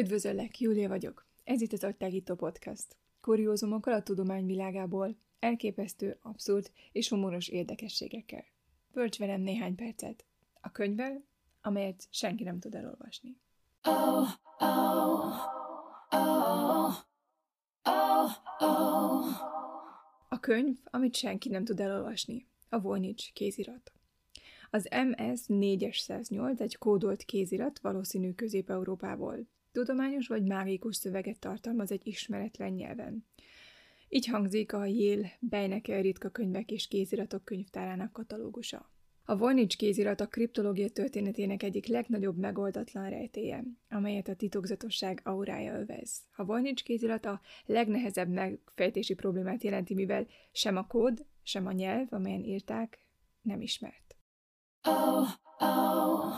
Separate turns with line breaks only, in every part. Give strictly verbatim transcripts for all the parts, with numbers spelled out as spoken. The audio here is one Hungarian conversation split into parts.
Üdvözöllek, Júlia vagyok. Ez itt az Agytágító Podcast. Kuriózumokkal a tudomány világából, elképesztő, abszurd és humoros érdekességekkel. Tölts velem néhány percet. A könyvvel, amelyet senki nem tud elolvasni. Oh, oh, oh, oh, oh. A könyv, amit senki nem tud elolvasni. A Voynich kézirat. Az em es négyszáznyolc egy kódolt kézirat, valószínű Közép-Európából. Tudományos vagy mágikus szöveget tartalmaz egy ismeretlen nyelven. Így hangzik a Yale Beinecke ritka könyvek és kéziratok könyvtárának katalógusa. A Voynich kézirat a kriptológia történetének egyik legnagyobb megoldatlan rejtélye, amelyet a titokzatosság aurája övez. A Voynich kézirat a legnehezebb megfejtési problémát jelenti, mivel sem a kód, sem a nyelv, amelyen írták, nem ismert. Oh, oh,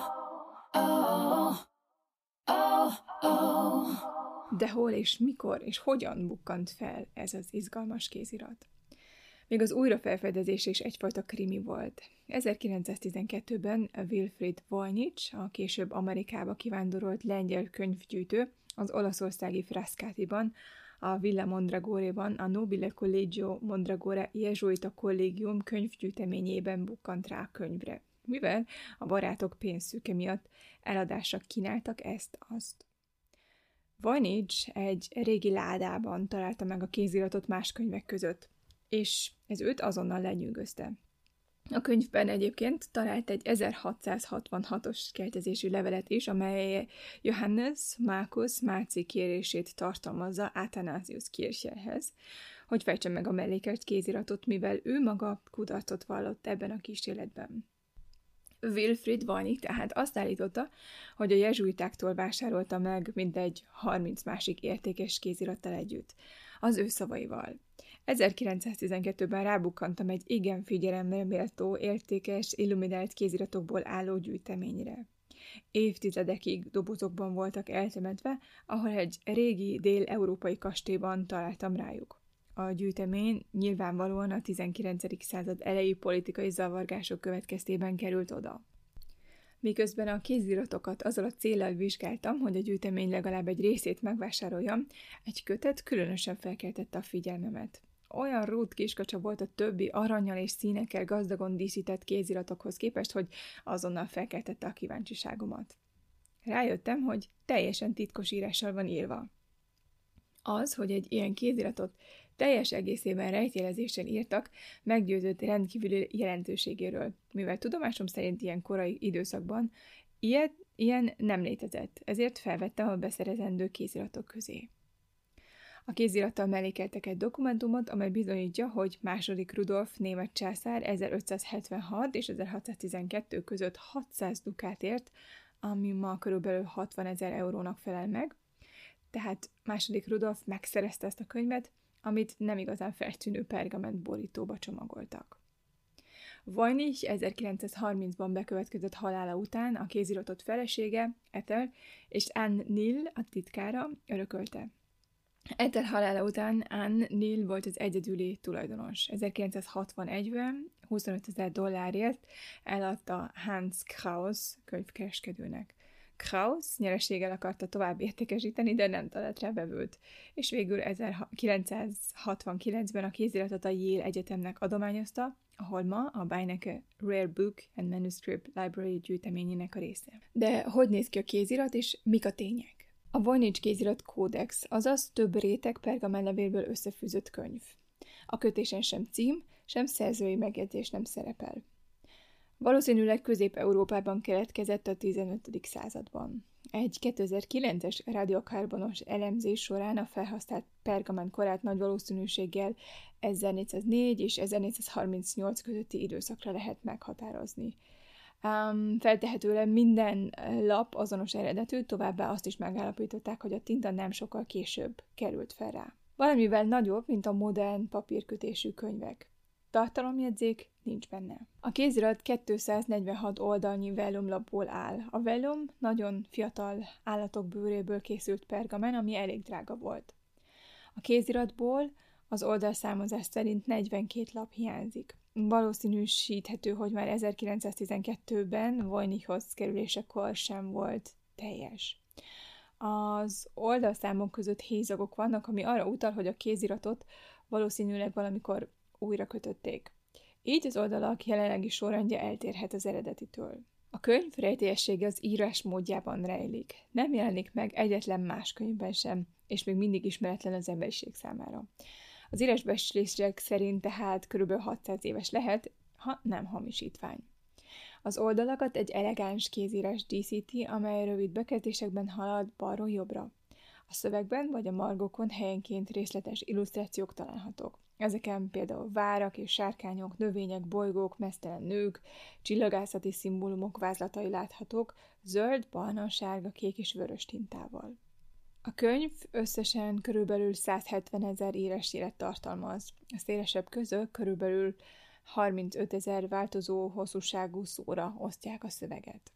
oh, oh, oh. De hol és mikor és hogyan bukkant fel ez az izgalmas kézirat? Még az újrafelfedezés is egyfajta krimi volt. ezerkilencszáztizenkettőben Wilfrid Voynich, a később Amerikába kivándorolt lengyel könyvgyűjtő, az olaszországi Frascatiban, a Villa Mondragoréban, a Nobile Collegio Mondragore jezsuita kollégium könyvgyűjteményében bukkant rá a könyvre, mivel a barátok pénzszűke miatt eladásra kínáltak ezt-azt. Voynich egy régi ládában találta meg a kéziratot más könyvek között, és ez őt azonnal lenyűgözte. A könyvben egyébként talált egy ezerhatszázhatvanhatos keltezésű levelet is, amely Johannes Markus Márci kérését tartalmazza Athanasius Kircherhez, hogy fejtse meg a mellékelt kéziratot, mivel ő maga kudarcot vallott ebben a kísérletben. Wilfrid Voynich tehát azt állította, hogy a jezsuitáktól vásárolta meg mindegy harminc másik értékes kézirattal együtt, az ő szavaival. ezerkilencszáztizenkettőben rábukkantam egy igen figyelemre méltó, értékes, illuminált kéziratokból álló gyűjteményre. Évtizedekig dobozokban voltak eltemetve, ahol egy régi dél-európai kastélyban találtam rájuk. A gyűjtemény nyilvánvalóan a tizenkilencedik század elejé politikai zavargások következtében került oda. Miközben a kéziratokat azzal a céllal vizsgáltam, hogy a gyűjtemény legalább egy részét megvásároljam, egy kötet különösen felkeltette a figyelmemet. Olyan rút kiskacsa volt a többi arannyal és színekkel gazdagon díszített kéziratokhoz képest, hogy azonnal felkeltette a kíváncsiságomat. Rájöttem, hogy teljesen titkos írással van írva. Az, hogy egy ilyen kéziratot teljes egészében rejtélezéssel írtak, meggyőzött rendkívüli jelentőségéről, mivel tudomásom szerint ilyen korai időszakban ilyet, ilyen nem létezett, ezért felvettem a beszerezendő kéziratok közé. A kézirattal mellékeltek egy dokumentumot, amely bizonyítja, hogy második Rudolf német császár ezerötszázhetvenhat és ezerhatszáztizenkettő között hatszáz dukátért, ami ma körülbelül hatvanezer eurónak felel meg, tehát második Rudolf megszerezte ezt a könyvet, amit nem igazán feltűnő pergament borítóba csomagoltak. Voynich ezerkilencszázharmincban bekövetkezett halála után a kéziratot felesége, Ethel, és Anne Neal, a titkára örökölte. Ethel halála után Anne Neal volt az egyedüli tulajdonos. ezerkilencszázhatvanegyben huszonötezer dollárért eladta Hans Kraus könyvkereskedőnek. Kraus nyereséggel akarta tovább értékesíteni, de nem talált rá vevőt, és végül ezerkilencszázhatvankilencben a kéziratot a Yale Egyetemnek adományozta, ahol ma a Beinecke Rare Book and Manuscript Library gyűjteményének a része. De hogy néz ki a kézirat, és mik a tények? A Voynich kézirat kódex, azaz több réteg pergamenlevélből összefűzött könyv. A kötésen sem cím, sem szerzői megjegyzés nem szerepel. Valószínűleg Közép-Európában keletkezett a tizenötödik században. Egy kétezer-kilences radiokarbonos elemzés során a felhasznált pergament korát nagy valószínűséggel ezernégyszáznégy és ezernégyszázharmincnyolc közötti időszakra lehet meghatározni. Um, feltehetőleg minden lap azonos eredetű, továbbá azt is megállapították, hogy a tinta nem sokkal később került fel rá. Valamivel nagyobb, mint a modern papírkötésű könyvek. Tartalomjegyzék nincs benne. A kézirat kétszáznegyvenhat oldalnyi vellumlapból áll. A vellum nagyon fiatal állatok bőréből készült pergamen, ami elég drága volt. A kéziratból az oldalszámozás szerint negyvenkét lap hiányzik. Valószínűsíthető, hogy már ezerkilencszáztizenkettőben Voynichhoz kerülésekor sem volt teljes. Az oldalszámok között hézagok vannak, ami arra utal, hogy a kéziratot valószínűleg valamikor újra kötötték. Így az oldalak jelenlegi sorrendje eltérhet az eredetitől. A könyv rejtélyessége az írás módjában rejlik. Nem jelenik meg egyetlen más könyvben sem, és még mindig ismeretlen az emberiség számára. Az írásbecslések szerint tehát kb. hatszáz éves lehet, ha nem hamisítvány. Az oldalakat egy elegáns kézírás díszíti, amely rövid bekezdésekben halad balról jobbra. A szövegben vagy a margokon helyenként részletes illusztrációk találhatók. Ezeken például várak és sárkányok, növények, bolygók, meztelen nők, csillagászati szimbólumok vázlatai láthatók, zöld, barna, sárga, kék és vörös tintával. A könyv összesen körülbelül száz hetven ezer írásjelet tartalmaz. A szélesebb közök körülbelül harmincöt ezer változó hosszúságú szóra osztják a szöveget.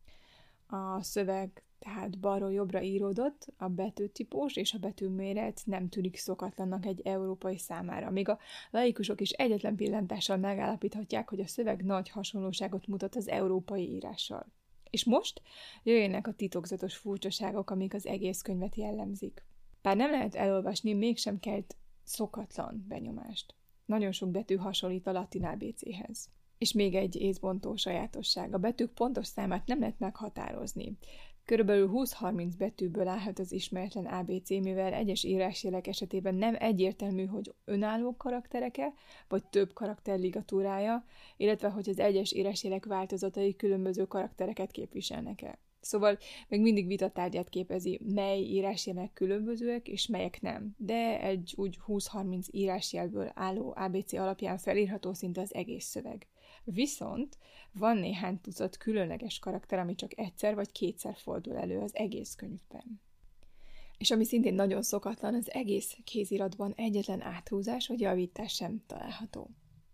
A szöveg tehát balról jobbra íródott, a betűtípus és a betűméret nem tűnik szokatlannak egy európai számára, míg a laikusok is egyetlen pillantással megállapíthatják, hogy a szöveg nagy hasonlóságot mutat az európai írással. És most jöjjenek a titokzatos furcsaságok, amik az egész könyvet jellemzik. Bár nem lehet elolvasni, mégsem kelt szokatlan benyomást. Nagyon sok betű hasonlít a latin á bé céhez. És még egy észbontó sajátosság. A betűk pontos számát nem lehet meghatározni. Körülbelül húsz-harminc betűből állhat az ismeretlen á bé cé, mivel egyes írásjelek esetében nem egyértelmű, hogy önálló karaktereke, vagy több karakter ligatúrája, illetve hogy az egyes írásjelek változatai különböző karaktereket képviselnek-e. Szóval még mindig vitatárgyát képezi, mely írásjelek különbözőek, és melyek nem. De egy úgy húsz-harminc írásjelből álló á bé cé alapján felírható szinte az egész szöveg. Viszont van néhány tucat különleges karakter, ami csak egyszer vagy kétszer fordul elő az egész könyvben. És ami szintén nagyon szokatlan, az egész kéziratban egyetlen áthúzás vagy javítás sem található.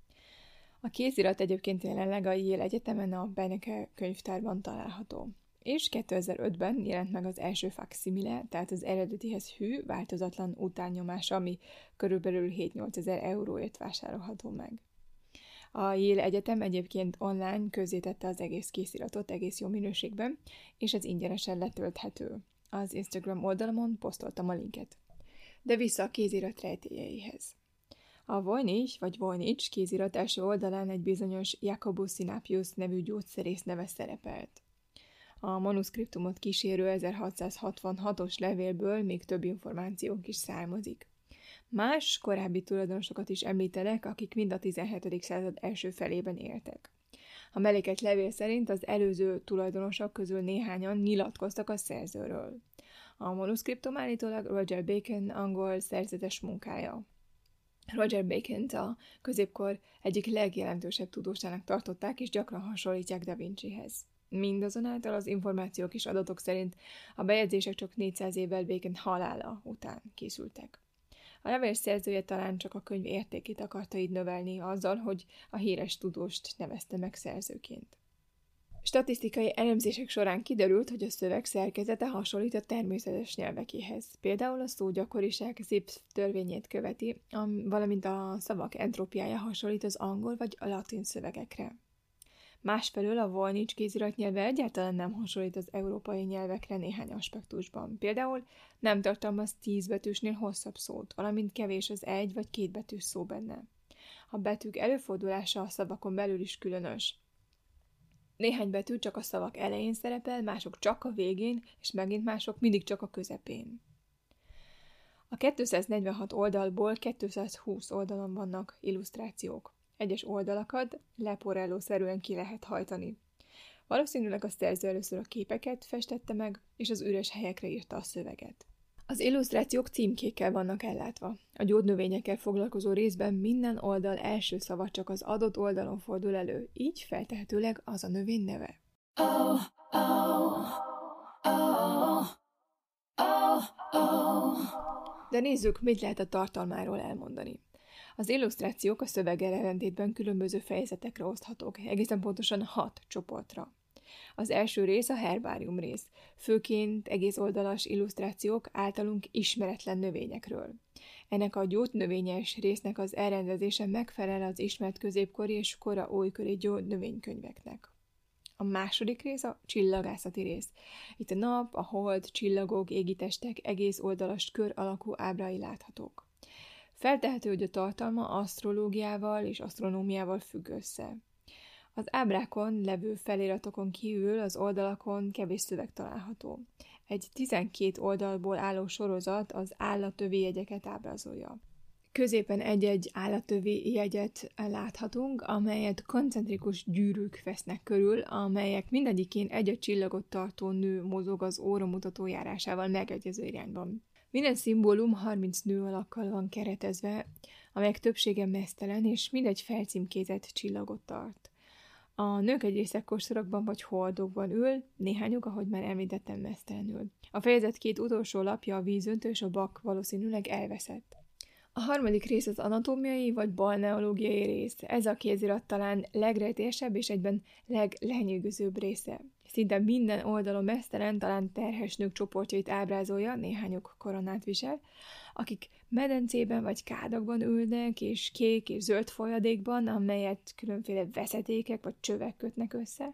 A kézirat egyébként jelenleg a Yale Egyetemen a Benneke könyvtárban található. És kétezer-ötben jelent meg az első facsimile, tehát az eredetihez hű, változatlan utánnyomás, ami körülbelül hét-nyolc ezer euróért vásárolható meg. A Yale Egyetem egyébként online közzétette az egész késziratot egész jó minőségben, és ez ingyenesen letölthető. Az Instagram oldalamon posztoltam a linket. De vissza a kézirat rejtélyeihez. A Voynich vagy Voynich kézirat első oldalán egy bizonyos Jacobus Sinapius nevű gyógyszerész neve szerepelt. A manuszkriptumot kísérő ezerhatszázhatvanhatos levélből még több információnk is származik. Más korábbi tulajdonosokat is említenek, akik mind a tizenhetedik század első felében éltek. A mellékelt levél szerint az előző tulajdonosok közül néhányan nyilatkoztak a szerzőről. A manuszkriptum állítólag Roger Bacon angol szerzetes munkája. Roger Bacont a középkor egyik legjelentősebb tudósának tartották, és gyakran hasonlítják Da Vincihez. Mindazonáltal az információk és adatok szerint a bejegyzések csak négyszáz évvel Bacon halála után készültek. A levél szerzője talán csak a könyv értékét akarta így növelni azzal, hogy a híres tudóst nevezte meg szerzőként. Statisztikai elemzések során kiderült, hogy a szöveg szerkezete hasonlít a természetes nyelvekéhez. Például a szógyakoriság Zipf törvényét követi, valamint a szavak entrópiája hasonlít az angol vagy a latin szövegekre. Másfelől a Voynich kézirat nyelve egyáltalán nem hasonlít az európai nyelvekre néhány aspektusban. Például nem tartalmaz tíz betűsnél hosszabb szót, valamint kevés az egy vagy két betűs szó benne. A betűk előfordulása a szavakon belül is különös. Néhány betű csak a szavak elején szerepel, mások csak a végén, és megint mások mindig csak a közepén. A kétszáznegyvenhat oldalból kétszázhúsz oldalon vannak illusztrációk. Egyes oldalakat leporellószerűen ki lehet hajtani. Valószínűleg a szerző először a képeket festette meg, és az üres helyekre írta a szöveget. Az illusztrációk címkékkel vannak ellátva. A gyógynövényekkel foglalkozó részben minden oldal első szava csak az adott oldalon fordul elő, így feltehetőleg az a növény neve. Oh, oh, oh, oh, oh. De nézzük, mit lehet a tartalmáról elmondani. Az illusztrációk a szöveggel ellentétben különböző fejezetekre oszthatók, egészen pontosan hat csoportra. Az első rész a herbárium rész, főként egész oldalas illusztrációk általunk ismeretlen növényekről. Ennek a gyógynövényes résznek az elrendezése megfelel az ismert középkori és kora újkori gyógynövénykönyveknek. A második rész a csillagászati rész. Itt a nap, a hold, csillagok, égitestek egész oldalas kör alakú ábrái láthatók. Feltehető, hogy a tartalma asztrológiával és asztronómiával függ össze. Az ábrákon levő feliratokon kívül az oldalakon kevés szöveg található. Egy tizenkét oldalból álló sorozat az állattövi jegyeket ábrázolja. Középen egy-egy állattövi jegyet láthatunk, amelyet koncentrikus gyűrűk vesznek körül, amelyek mindegyikén egy-egy csillagot tartó nő mozog az óramutató járásával megegyező irányban. Minden szimbólum harminc nő alakkal van keretezve, amelyek többsége meztelen, és mindegy felcímkézett csillagot tart. A nők egy része koszorokban vagy holdokban ül, néhányuk, ahogy már említettem, meztelenül. A fejezet két utolsó lapja, a vízöntő és a bak valószínűleg elveszett. A harmadik rész az anatómiai vagy balneológiai rész. Ez a kézirat talán legrejtélyesebb és egyben leglenyűgözőbb része. Szinte minden oldalon meztelen, talán terhes nők csoportjait ábrázolja, néhányuk koronát visel, akik medencében vagy kádakban ülnek, és kék és zöld folyadékban, amelyet különféle veszetékek vagy csövek kötnek össze.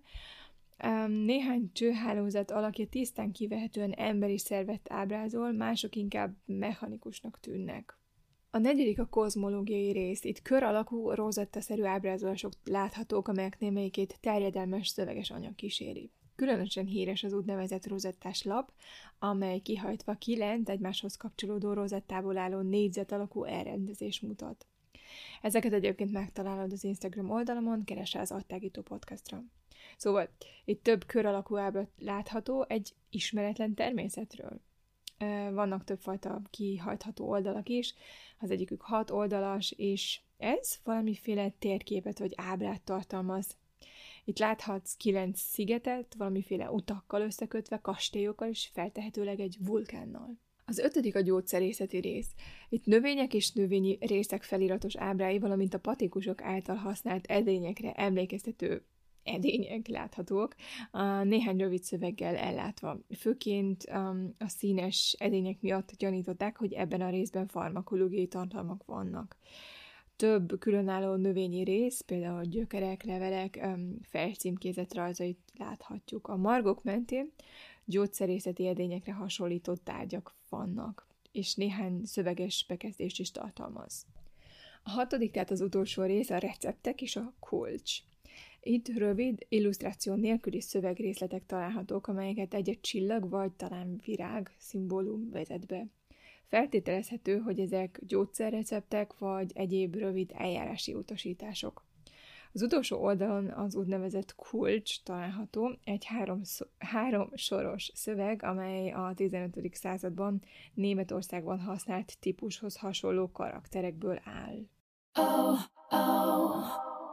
Néhány csőhálózat alakja tisztán kivehetően emberi szervet ábrázol, mások inkább mechanikusnak tűnnek. A negyedik a kozmológiai rész. Itt kör alakú, rozettaszerű ábrázolások láthatók, amelyek némelyikét terjedelmes szöveges anyag kíséri. Különösen híres az úgynevezett rozettás lap, amely kihajtva kilenc egymáshoz kapcsolódó rozettából álló négyzet alakú elrendezés mutat. Ezeket egyébként megtalálod az Instagram oldalamon, keresel az Agytágító podcastra. Szóval itt több kör alakú ábra látható egy ismeretlen természetről. Vannak többfajta kihajtható oldalak is, az egyikük hat oldalas, és ez valamiféle térképet vagy ábrát tartalmaz. Itt láthatsz kilenc szigetet, valamiféle utakkal összekötve, kastélyokkal és feltehetőleg egy vulkánnal. Az ötödik a gyógyszerészeti rész. Itt növények és növényi részek feliratos ábrái, valamint a patikusok által használt edényekre emlékeztető edények láthatók, néhány rövid szöveggel ellátva. Főként um, a színes edények miatt gyanították, hogy ebben a részben farmakológiai tartalmak vannak. Több különálló növényi rész, például a gyökerek, levelek, um, felcímkézett rajzait láthatjuk. A margok mentén gyógyszerészeti edényekre hasonlított tárgyak vannak, és néhány szöveges bekezdést is tartalmaz. A hatodik, tehát az utolsó rész a receptek és a kulcs. Itt rövid, illusztráció nélküli szövegrészletek találhatók, amelyeket egy-egy csillag vagy talán virág szimbólum vezet be. Feltételezhető, hogy ezek gyógyszerreceptek vagy egyéb rövid eljárási utasítások. Az utolsó oldalon az úgynevezett kulcs található, egy három, három soros szöveg, amely a tizenötödik században Németországban használt típushoz hasonló karakterekből áll. Oh, oh,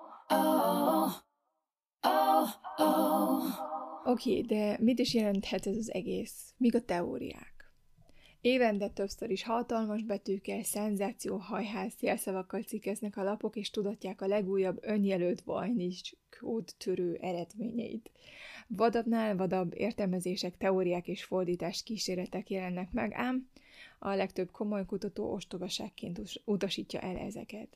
oh, oh, oh. Oké, okay, de mit is jelenthet ez az egész? Mik a teóriák? Évente többször is hatalmas betűkkel, szenzációhajház jelszavakkal cikkeznek a lapok, és tudatják a legújabb önjelölt vajnis kódtörő eredményeit. Vadabbnál vadabb értelmezések, teóriák és fordítás kísérletek jelennek meg, ám a legtöbb komoly kutató ostobaságként utasítja el ezeket.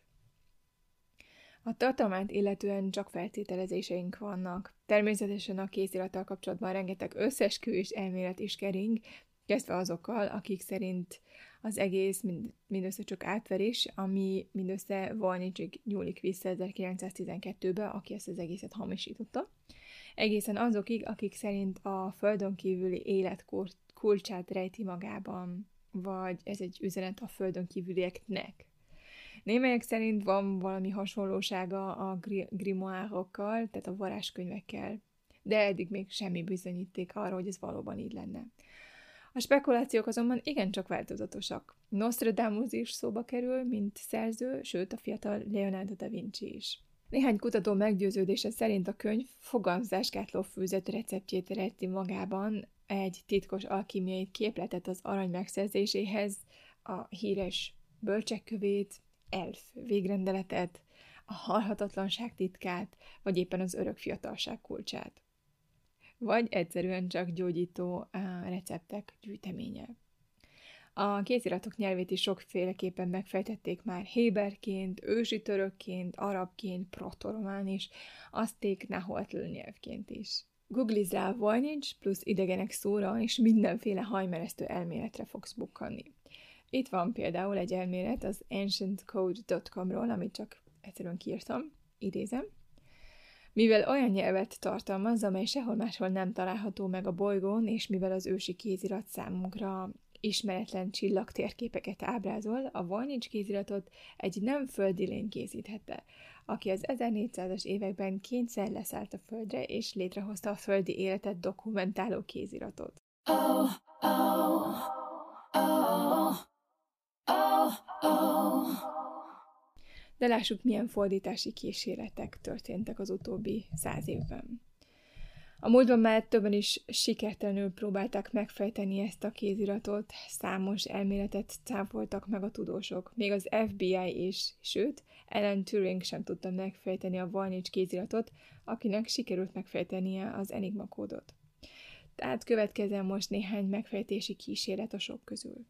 A tartalmát illetően csak feltételezéseink vannak. Természetesen a kézirattal kapcsolatban rengeteg összesküvés elmélet is kering, kezdve azokkal, akik szerint az egész mind, mindössze csak átverés, ami mindössze Voynich-ig nyúlik vissza ezerkilencszáztizenkettőbe, aki ezt az egészet hamisította. Egészen azokig, akik szerint a földön kívüli élet kulcsát rejti magában, vagy ez egy üzenet a földön kívülieknek. Némelyek szerint van valami hasonlósága a grimoárokkal, tehát a varázskönyvekkel, de eddig még semmi bizonyíték arra, hogy ez valóban így lenne. A spekulációk azonban igencsak változatosak. Nostradamus is szóba kerül, mint szerző, sőt a fiatal Leonardo da Vinci is. Néhány kutató meggyőződése szerint a könyv fogamzásgátló fűzet receptjét rejti magában, egy titkos alkímiai képletet az arany megszerzéséhez, a híres bölcsekkövét, elf végrendeletet, a halhatatlanság titkát, vagy éppen az örök fiatalság kulcsát. Vagy egyszerűen csak gyógyító receptek gyűjteménye. A kéziratok nyelvét is sokféleképpen megfejtették már héberként, ősi törökként, arabként, proto-román és azték nahuatl nyelvként is. Googliz rá a Voynich plusz idegenek szóra, és mindenféle hajmeresztő elméletre fogsz bukkanni. Itt van például egy elmélet az ancient code dot com-ról, amit csak egyszerűen kiírtam, idézem. Mivel olyan nyelvet tartalmaz, amely sehol máshol nem található meg a bolygón, és mivel az ősi kézirat számunkra ismeretlen csillagtérképeket ábrázol, a Voynich kéziratot egy nem földi lény készíthette, aki az ezernégyszázas években kétszer leszállt a földre, és létrehozta a földi életet dokumentáló kéziratot. Oh, oh, oh, oh, oh. De lássuk, milyen fordítási kísérletek történtek az utóbbi száz évben. A múltban már többen is sikertelenül próbálták megfejteni ezt a kéziratot, számos elméletet cáfoltak meg a tudósok. Még az ef bé i is, sőt, Alan Turing sem tudta megfejteni a Voynich kéziratot, akinek sikerült megfejtenie az Enigma kódot. Tehát következzen most néhány megfejtési kísérlet a sok közül.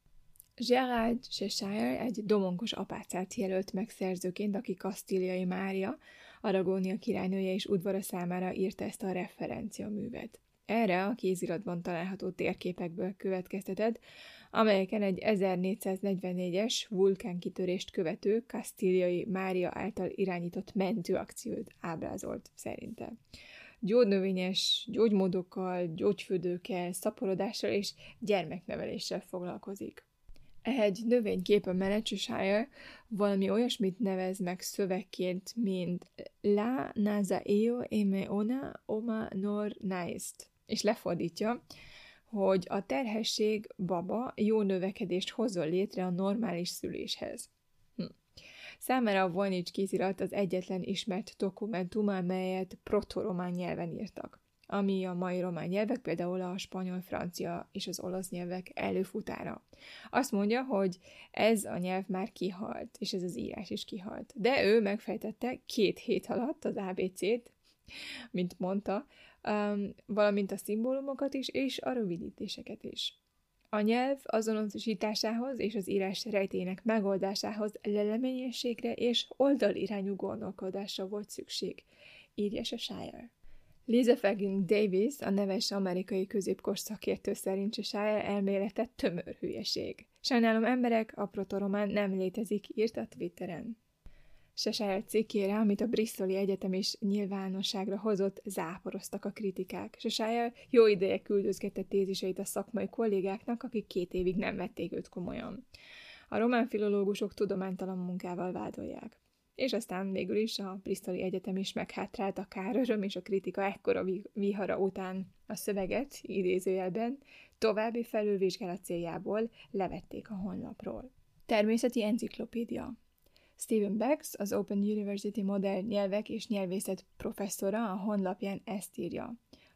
Gerald Cheshire egy domonkos apácát jelölt meg szerzőként, aki Kasztíliai Mária, Aragónia királynője és udvara számára írta ezt a referenciaművet. Erre a kéziratban található térképekből következtetett, amelyeken egy ezernégyszáznegyvennégyes vulkánkitörést követő Kasztíliai Mária által irányított mentőakciót ábrázolt szerinte. Gyógynövényes gyógymódokkal, gyógyfürdőkkel, szaporodással és gyermekneveléssel foglalkozik. Egy növényképe mellett Cheshire valami olyasmit nevez meg szövegként, mint La nazaeo eme ona oma nor naist, és lefordítja, hogy a terhesség baba jó növekedést hozzon létre a normális szüléshez. Hm. Számára a Voynich kézirat az egyetlen ismert dokumentum, amelyet proto-román nyelven írtak, ami a mai román nyelvek, például a spanyol, francia és az olasz nyelvek előfutára. Azt mondja, hogy ez a nyelv már kihalt, és ez az írás is kihalt. De ő megfejtette két hét alatt az á bé cét, mint mondta, um, valamint a szimbólumokat is, és a rövidítéseket is. A nyelv azonosításához és az írás rejtének megoldásához leleményességre és oldalirányú gondolkodásra volt szükség, írja Cheshire. Lisa Fagin Davis, a neves amerikai középkor szakértő szerint Cheshire elmélete tömör hülyeség. Sajnálom emberek, a proto-román nem létezik, írt a Twitteren. Cheshire cikkére, amit a Bristoli Egyetem is nyilvánosságra hozott, záporoztak a kritikák. Cheshire jó ideje küldözgette téziseit a szakmai kollégáknak, akik két évig nem vették őt komolyan. A román filológusok tudománytalan munkával vádolják. És aztán végül is a Bristoli Egyetem is meghátrált a káröröm és a kritika ekkora vihara után a szöveget, idézőjelben, további felülvizsgálat céljából levették a honlapról. Természeti enciklopédia. Stephen Beggs, az Open University modern nyelvek és nyelvészet professzora a honlapján ezt írja,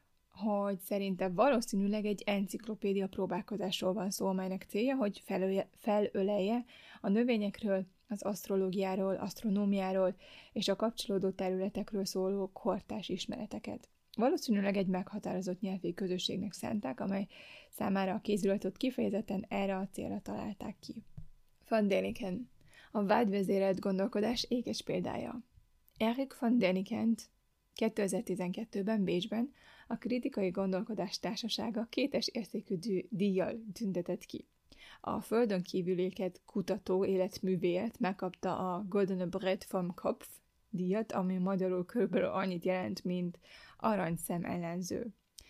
hogy szerinte valószínűleg egy enciklopédia próbálkozásról van szó, amelynek célja, hogy felölje, felölelje a növényekről, az asztrológiáról, asztronómiáról és a kapcsolódó területekről szóló kortárs ismereteket. Valószínűleg egy meghatározott nyelvi közösségnek szánták, amely számára a kéziratot kifejezetten erre a célra találták ki. Van Däniken. A vágyvezérelt gondolkodás ékes példája. Erik van Dänikent kétezer-tizenkettőben Bécsben a Kritikai Gondolkodás Társasága kétes értékű díjjal tüntetett ki. A földön kívüléket kutató életművéért megkapta a Goldene Brett vom Kopf díjat, ami magyarul körülbelül annyit jelent, mint aranyszem ellenző.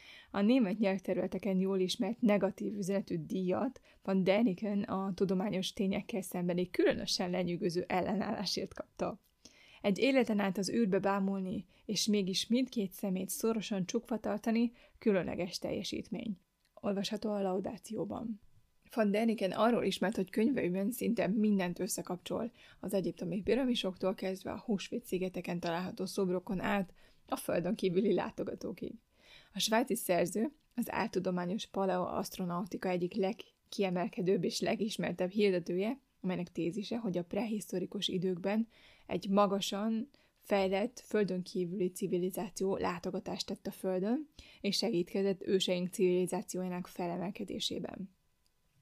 A német nyelvterületeken jól ismert negatív üzenetű díjat Van Däniken a tudományos tényekkel szembeni különösen lenyűgöző ellenállásért kapta. Egy életen át az űrbe bámulni, és mégis mindkét szemét szorosan csukva tartani különleges teljesítmény. Olvasható a laudációban. Van Däniken arról ismert, hogy könyveiben szinte mindent összekapcsol, az egyiptomi piramisoktól kezdve a Húsvét-szigeteken található szobrokon át a földön kívüli látogatókig. A svájci szerző az áltudományos paleoasztronautika egyik legkiemelkedőbb és legismertebb hirdetője, amelynek tézise, hogy a prehisztorikus időkben egy magasan fejlett, földön kívüli civilizáció látogatást tett a földön, és segítkezett őseink civilizációjának felemelkedésében.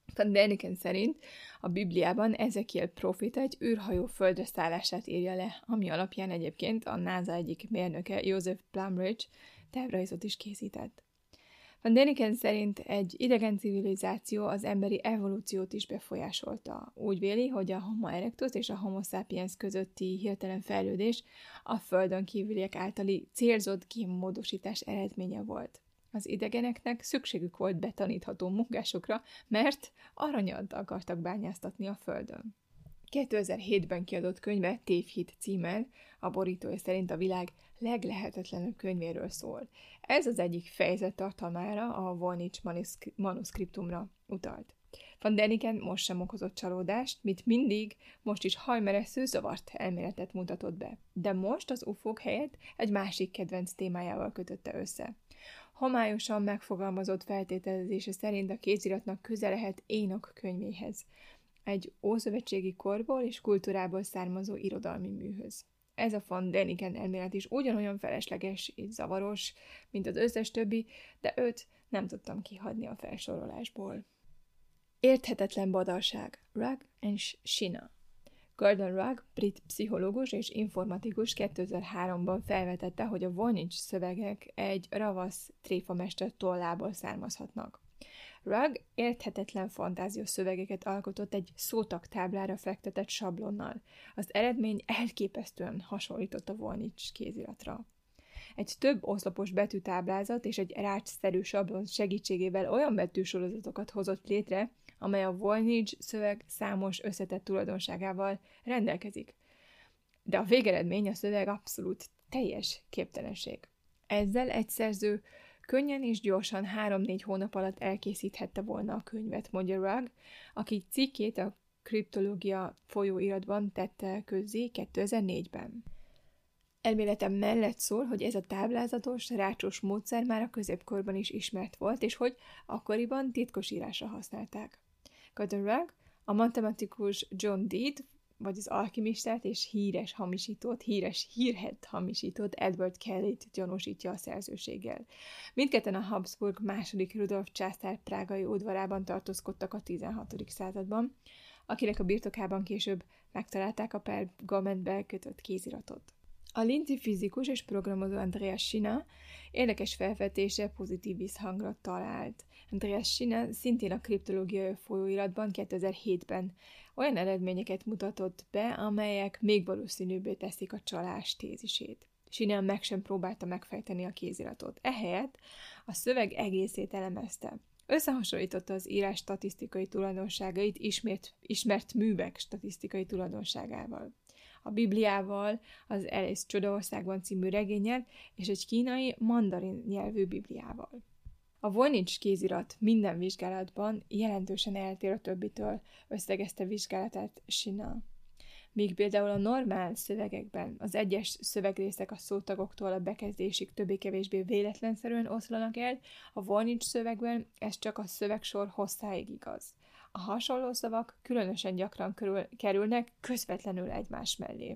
Van Däniken szerint a Bibliában Ezekiel próféta egy űrhajó földre szállását írja le, ami alapján egyébként a NASA egyik mérnöke, Joseph Plumridge tervrajzot is készített. Van Däniken szerint egy idegen civilizáció az emberi evolúciót is befolyásolta. Úgy véli, hogy a Homo erectus és a Homo sapiens közötti hirtelen fejlődés a földön kívüliek általi célzott génmódosítás eredménye volt. Az idegeneknek szükségük volt betanítható munkásokra, mert aranyat akartak bányáztatni a földön. kétezer-hétben kiadott könyve Tévhit címmel a borítója szerint a világ leglehetetlenebb könyvéről szól. Ez az egyik fejezet tartalmára, a Voynich manuszkriptumra utalt. Van Däniken most sem okozott csalódást, mint mindig, most is hajmeresztő zavart elméletet mutatott be. De most az ufók helyett egy másik kedvenc témájával kötötte össze. Homályosan megfogalmazott feltételezése szerint a kéziratnak köze lehet Énok könyvéhez, egy ószövetségi korból és kultúrából származó irodalmi műhöz. Ez a Van Däniken elmélet is ugyanolyan felesleges és zavaros, mint az összes többi, de őt nem tudtam kihagyni a felsorolásból. Érthetetlen badalság. Rugg and Shina. Gordon Rugg, brit pszichológus és informatikus kétezer-háromban felvetette, hogy a Voynich szövegek egy ravasz tréfamester tollából származhatnak. Rugg érthetetlen fantáziós szövegeket alkotott egy szótagtáblára fektetett sablonnal. Az eredmény elképesztően hasonlított a Voynich kéziratra. Egy több oszlopos betűtáblázat és egy rácsszerű sablon segítségével olyan betűsorozatokat hozott létre, amely a Voynich szöveg számos összetett tulajdonságával rendelkezik. De a végeredmény a szöveg abszolút teljes képtelenség. Ezzel egy szerző könnyen és gyorsan három-négy hónap alatt elkészíthette volna a könyvet, mondja Rugg, aki cikkét a kriptológia folyóiratban tette közzé kétezer-négyben. Elméletem mellett szól, hogy ez a táblázatos, rácsos módszer már a középkorban is ismert volt, és hogy akkoriban titkosírásra használták. Gordon Rugg, a matematikus John Dee, vagy az alkimistát és híres hamisítót, híres hírhedt hamisítót Edward Kellyt gyanúsítja a szerzőséggel. Mindketten a Habsburg második Rudolf császár prágai udvarában tartózkodtak a tizenhatodik században, akinek a birtokában később megtalálták a pergamentbe kötött kéziratot. A linci fizikus és programozó Andreas Shina érdekes felvetése pozitív visszhangra talált. Andreas Shina szintén a kriptológiai folyóiratban kétezer-hétben olyan eredményeket mutatott be, amelyek még valószínűbbé teszik a csalás tézisét. Shina meg sem próbálta megfejteni a kéziratot. Ehelyett a szöveg egészét elemezte. Összehasonlította az írás statisztikai tulajdonságait ismert, ismert művek statisztikai tulajdonságával. A Bibliával, az Alice Csodaországban című regénnyel és egy kínai mandarin nyelvű Bibliával. A Voynich kézirat minden vizsgálatban jelentősen eltér a többitől, összegezte vizsgálatát Shina. Míg például a normál szövegekben az egyes szövegrészek a szótagoktól a bekezdésig többé-kevésbé véletlenszerűen oszlanak el, a Voynich szövegben ez csak a szövegsor hosszáig igaz. A hasonló szavak különösen gyakran körül, kerülnek közvetlenül egymás mellé.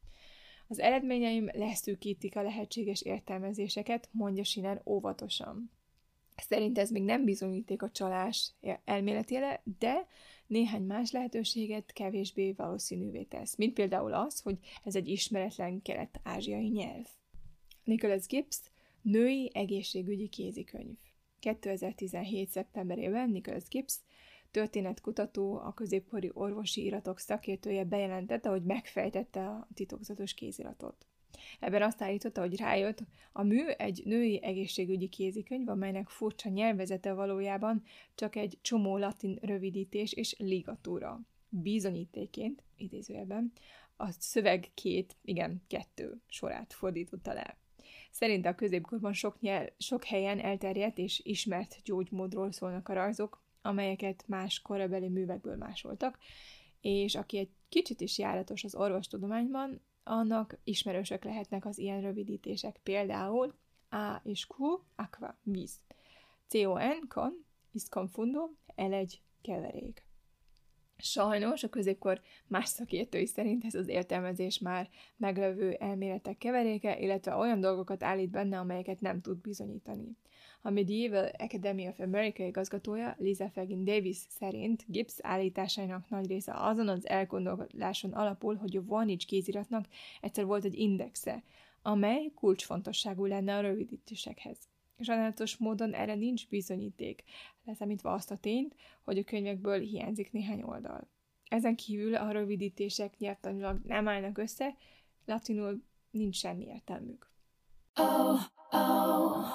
Az eredményeim leszűkítik a lehetséges értelmezéseket, mondja Shina óvatosan. Szerint ez még nem bizonyíték a csalás elméletére, de néhány más lehetőséget kevésbé valószínűvé tesz, mint például az, hogy ez egy ismeretlen kelet-ázsiai nyelv. Nicholas Gibbs, női egészségügyi kézikönyv. kétezer-tizenhét. szeptemberében Nicholas Gibbs, történetkutató, a középkori orvosi iratok szakértője bejelentette, hogy megfejtette a titokzatos kéziratot. Ebben azt állította, hogy rájött, a mű egy női egészségügyi kézikönyv, amelynek furcsa nyelvezete valójában csak egy csomó latin rövidítés és ligatúra. Bizonyítéként, idézőjelben, a szöveg két, igen, kettő sorát fordította le. Szerinte a középkorban sok, nyelv, sok helyen elterjedt és ismert gyógymódról szólnak a rajzok, amelyeket más korabeli művekből másoltak, és aki egy kicsit is járatos az orvostudományban, annak ismerősek lehetnek az ilyen rövidítések, például A és Q, aqua, víz. C O N, con, is confundo, el egy keverék. Sajnos a középkor más szakértői szerint ez az értelmezés már meglevő elméletek keveréke, illetve olyan dolgokat állít benne, amelyeket nem tud bizonyítani. A Medieval Academy of America igazgatója Lisa Fagin Davis szerint Gibbs állításainak nagy része azon az elgondoláson alapul, hogy a Voynich kéziratnak egyszer volt egy indexe, amely kulcsfontosságú lenne a rövidítésekhez. Sajnálatos módon erre nincs bizonyíték, leszámítva azt a tényt, hogy a könyvekből hiányzik néhány oldal. Ezen kívül a rövidítések nyelvtanilag nem állnak össze, latinul nincs semmi értelmük. Oh, oh,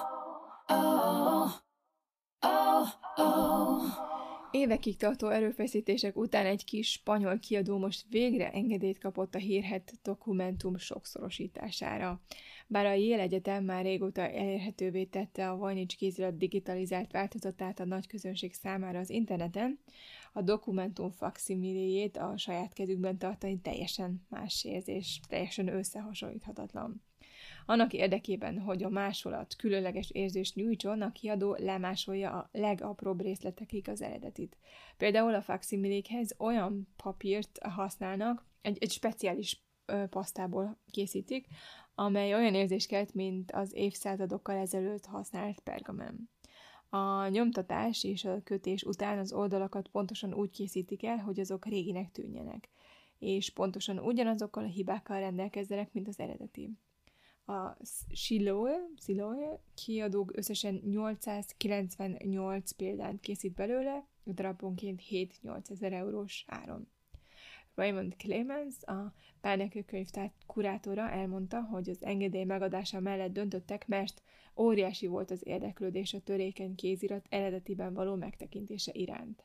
oh, oh, oh. Évekig tartó erőfeszítések után egy kis spanyol kiadó most végre engedélyt kapott a hírhedt dokumentum sokszorosítására. Bár a Yale Egyetem már régóta elérhetővé tette a Voynich kézirat digitalizált változatát a nagy közönség számára az interneten, a dokumentum fakszimiléjét a saját kezükben tartani teljesen más érzés, teljesen összehasonlíthatatlan. Annak érdekében, hogy a másolat különleges érzést nyújtson, a kiadó lemásolja a legapróbb részletekig az eredetit. Például a fakszimilékhez olyan papírt használnak, egy, egy speciális ö, pasztából készítik, amely olyan érzést kelt, mint az évszázadokkal ezelőtt használt pergamen. A nyomtatás és a kötés után az oldalakat pontosan úgy készítik el, hogy azok réginek tűnjenek, és pontosan ugyanazokkal a hibákkal rendelkezzenek, mint az eredeti. A Siloe, Siloe kiadók összesen nyolcszázkilencvennyolc példányt készít belőle, daraponként hét-nyolc ezer eurós áron. Raymond Clemens, a Párneke könyvtár kurátora elmondta, hogy az engedély megadása mellett döntöttek, mert óriási volt az érdeklődés a törékeny kézirat eredetiben való megtekintése iránt.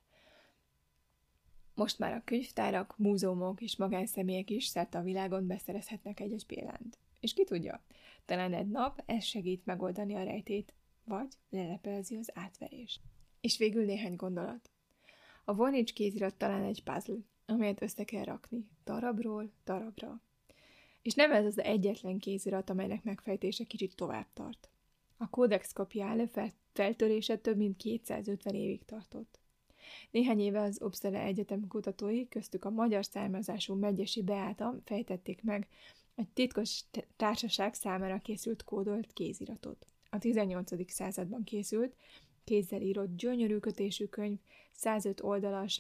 Most már a könyvtárak, múzeumok és magánszemélyek is szerte a világon beszerezhetnek egy-egy példányt. És ki tudja, talán egy nap ez segít megoldani a rejtét, vagy lelepelzi az átverést. És végül néhány gondolat. A Voynich kézirat talán egy puzzle, amelyet össze kell rakni, darabról darabra. És nem ez az egyetlen kézirat, amelynek megfejtése kicsit tovább tart. A Codex Copiale feltörése több mint kétszázötven évig tartott. Néhány éve az Uppsala Egyetem kutatói, köztük a magyar származású Megyesi Beáta fejtették meg egy titkos társaság számára készült kódolt kéziratot. A tizennyolcadik században készült, kézzel írott gyönyörű kötésű könyv, százöt oldalas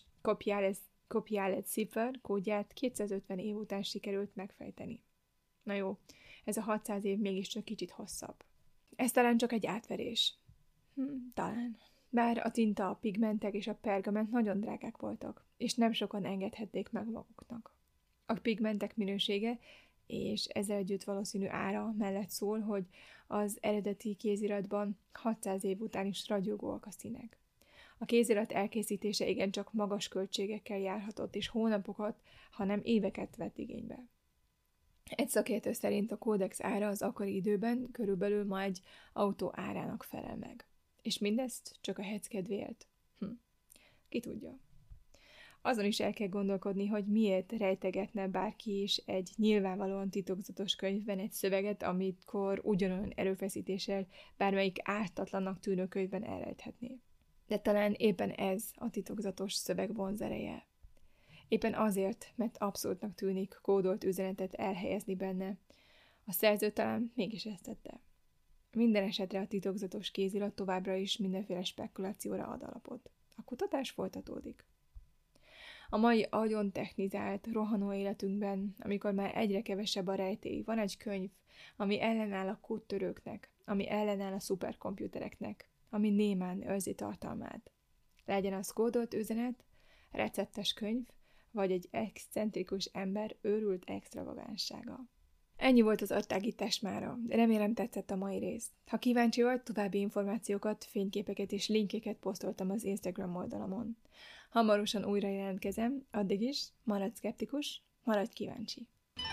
Copiale Cipher kódját kétszázötven év után sikerült megfejteni. Na jó, ez a hatszáz év mégiscsak kicsit hosszabb. Ez talán csak egy átverés. Hm, talán. Bár a tinta, a pigmentek és a pergament nagyon drágák voltak, és nem sokan engedhették meg maguknak. A pigmentek minősége és ezzel együtt valószínű ára mellett szól, hogy az eredeti kéziratban hatszáz év után is ragyogóak a színek. A kézirat elkészítése igencsak magas költségekkel járhatott, és hónapokat, hanem éveket vett igénybe. Egy szakértő szerint a kódex ára az akkori időben körülbelül ma egy autó árának felel meg. És mindezt csak a hec kedvéért. Hm. Ki tudja. Azon is el kell gondolkodni, hogy miért rejtegetne bárki is egy nyilvánvalóan titokzatos könyvben egy szöveget, amikor ugyanolyan erőfeszítéssel bármelyik ártatlannak tűnő könyvben elrejthetné. De talán éppen ez a titokzatos szöveg vonzereje. Éppen azért, mert abszurdnak tűnik kódolt üzenetet elhelyezni benne. A szerző talán mégis ezt tette. Minden esetre a titokzatos kézirat továbbra is mindenféle spekulációra ad alapot. A kutatás folytatódik. A mai agyon technizált, rohanó életünkben, amikor már egyre kevesebb a rejtély, van egy könyv, ami ellenáll a kódtörőknek, ami ellenáll a szuperkomputereknek, ami némán őrzi tartalmát. Legyen az kódolt üzenet, receptes könyv, vagy egy excentrikus ember őrült extravagánsága. Ennyi volt az agytágítás mára. Remélem tetszett a mai rész. Ha kíváncsi vagy, további információkat, fényképeket és linkeket posztoltam az Instagram oldalamon. Hamarosan újra jelentkezem, addig is maradj szkeptikus, maradj kíváncsi.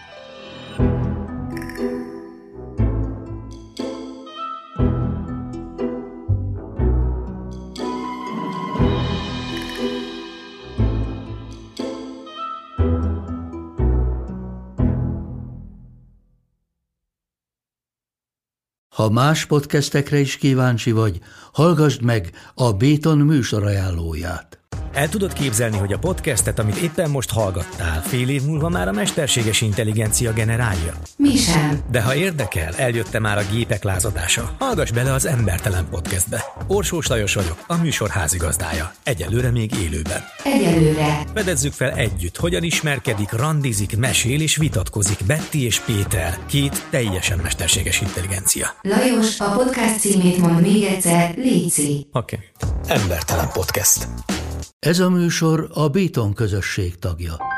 Ha más podcastekre is kíváncsi vagy, hallgassd meg a Béton műsor ajánlóját.
El tudod képzelni, hogy a podcastet, amit éppen most hallgattál, fél év múlva már a mesterséges intelligencia generálja?
Mi sem.
De ha érdekel, eljött már a gépek lázadása. Hallgass bele az Embertelen Podcastbe. Orsós Lajos vagyok, a műsor házigazdája. Egyelőre még élőben.
Egyelőre.
Fedezzük fel együtt, hogyan ismerkedik, randizik, mesél és vitatkozik Betty és Péter, két teljesen mesterséges intelligencia.
Lajos, a podcast címét mond még egyszer, léci.
Oké. Okay. Embertelen Podcast.
Ez a műsor a Béton közösség tagja.